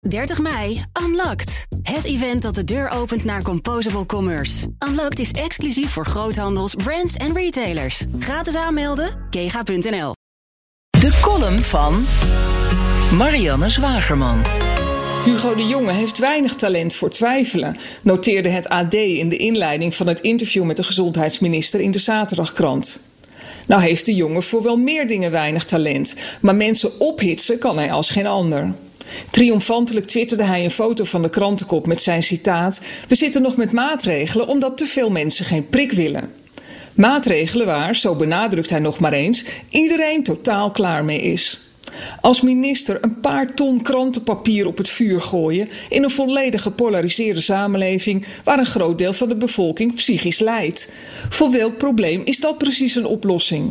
30 mei, Unlocked. Het event dat de deur opent naar Composable Commerce. Unlocked is exclusief voor groothandels, brands en retailers. Gratis aanmelden, kega.nl. De column van Marianne Zwagerman. Hugo de Jonge heeft weinig talent voor twijfelen, noteerde het AD in de inleiding van het interview met de gezondheidsminister in de Zaterdagkrant. Nou heeft de jongen voor wel meer dingen weinig talent, maar mensen ophitsen kan hij als geen ander. Triomfantelijk twitterde hij een foto van de krantenkop met zijn citaat: "We zitten nog met maatregelen omdat te veel mensen geen prik willen." Maatregelen waar, zo benadrukt hij nog maar eens, iedereen totaal klaar mee is. Als minister een paar ton krantenpapier op het vuur gooien in een volledig gepolariseerde samenleving waar een groot deel van de bevolking psychisch lijdt. Voor welk probleem is dat precies een oplossing?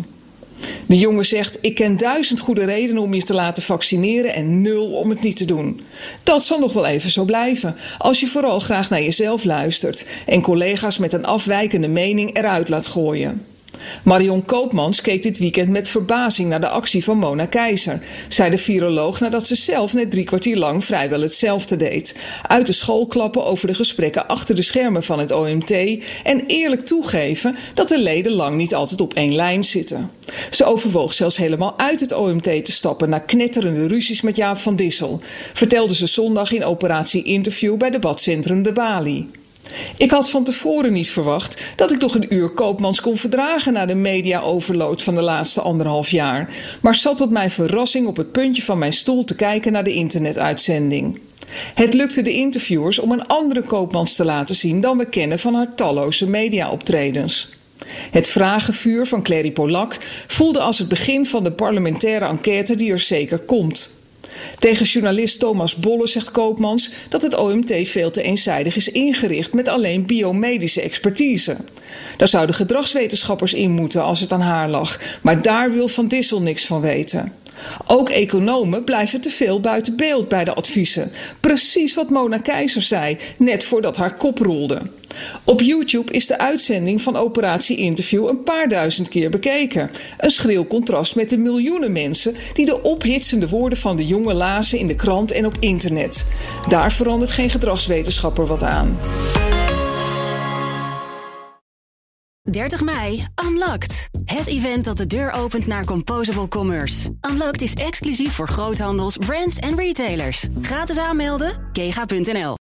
De jongen zegt: "Ik ken 1000 goede redenen om je te laten vaccineren en 0 om het niet te doen." Dat zal nog wel even zo blijven, als je vooral graag naar jezelf luistert en collega's met een afwijkende mening eruit laat gooien. Marion Koopmans keek dit weekend met verbazing naar de actie van Mona Keizer, zei de viroloog nadat ze zelf net 3 kwartier lang vrijwel hetzelfde deed. Uit de school klappen over de gesprekken achter de schermen van het OMT en eerlijk toegeven dat de leden lang niet altijd op één lijn zitten. Ze overwoog zelfs helemaal uit het OMT te stappen na knetterende ruzies met Jaap van Dissel, vertelde ze zondag in Operatie Interview bij debatcentrum De Bali. "Ik had van tevoren niet verwacht dat ik nog een uur Koopmans kon verdragen na de media-overload van de laatste 1,5 jaar, maar zat tot mijn verrassing op het puntje van mijn stoel te kijken naar de internetuitzending." Het lukte de interviewers om een andere Koopmans te laten zien dan we kennen van haar talloze media-optredens. Het vragenvuur van Clary Polak voelde als het begin van de parlementaire enquête die er zeker komt. Tegen journalist Thomas Bolle zegt Koopmans dat het OMT veel te eenzijdig is ingericht met alleen biomedische expertise. Daar zouden gedragswetenschappers in moeten als het aan haar lag, maar daar wil Van Dissel niks van weten. Ook economen blijven te veel buiten beeld bij de adviezen. Precies wat Mona Keizer zei, net voordat haar kop rolde. Op YouTube is de uitzending van Operatie Interview een paar duizend keer bekeken. Een schril contrast met de miljoenen mensen die de ophitsende woorden van de jongen lazen in de krant en op internet. Daar verandert geen gedragswetenschapper wat aan. 30 mei, Unlocked. Het event dat de deur opent naar Composable Commerce. Unlocked is exclusief voor groothandels, brands en retailers. Gratis aanmelden, kega.nl.